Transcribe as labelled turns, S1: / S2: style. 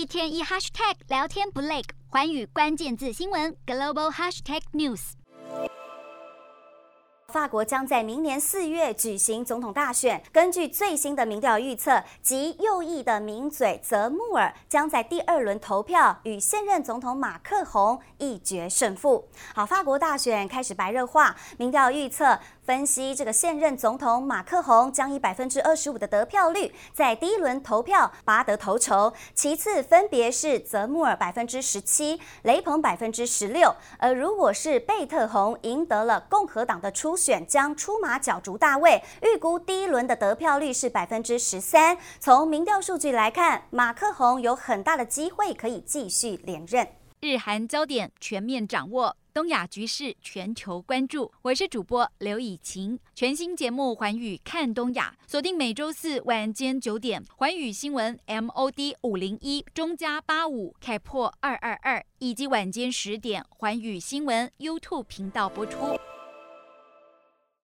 S1: 天一 hashtag 聊天不累，寰宇关键字新闻 global hashtag news。
S2: 法国将在明年4月举行总统大选。根据最新的民调预测，极右翼的名嘴泽穆尔将在第2轮投票与现任总统马克宏一决胜负。好，法国大选开始白热化，民调预测分析这个现任总统马克宏将以25%的得票率在第1轮投票拔得头筹，其次分别是泽穆尔17%，雷朋16%。而如果是贝特宏赢得了共和党的初选，将出马角逐大位，预估第1轮的得票率是13%。从民调数据来看，马克宏有很大的机会可以继续连任。
S1: 日韩焦点全面掌握，东亚局势全球关注。我是主播刘以晴，全新节目《寰宇看东亚》，锁定每周4晚间9点，寰宇新闻 MOD 501中加85开破222，以及晚间10点寰宇新闻 YouTube 频道播出。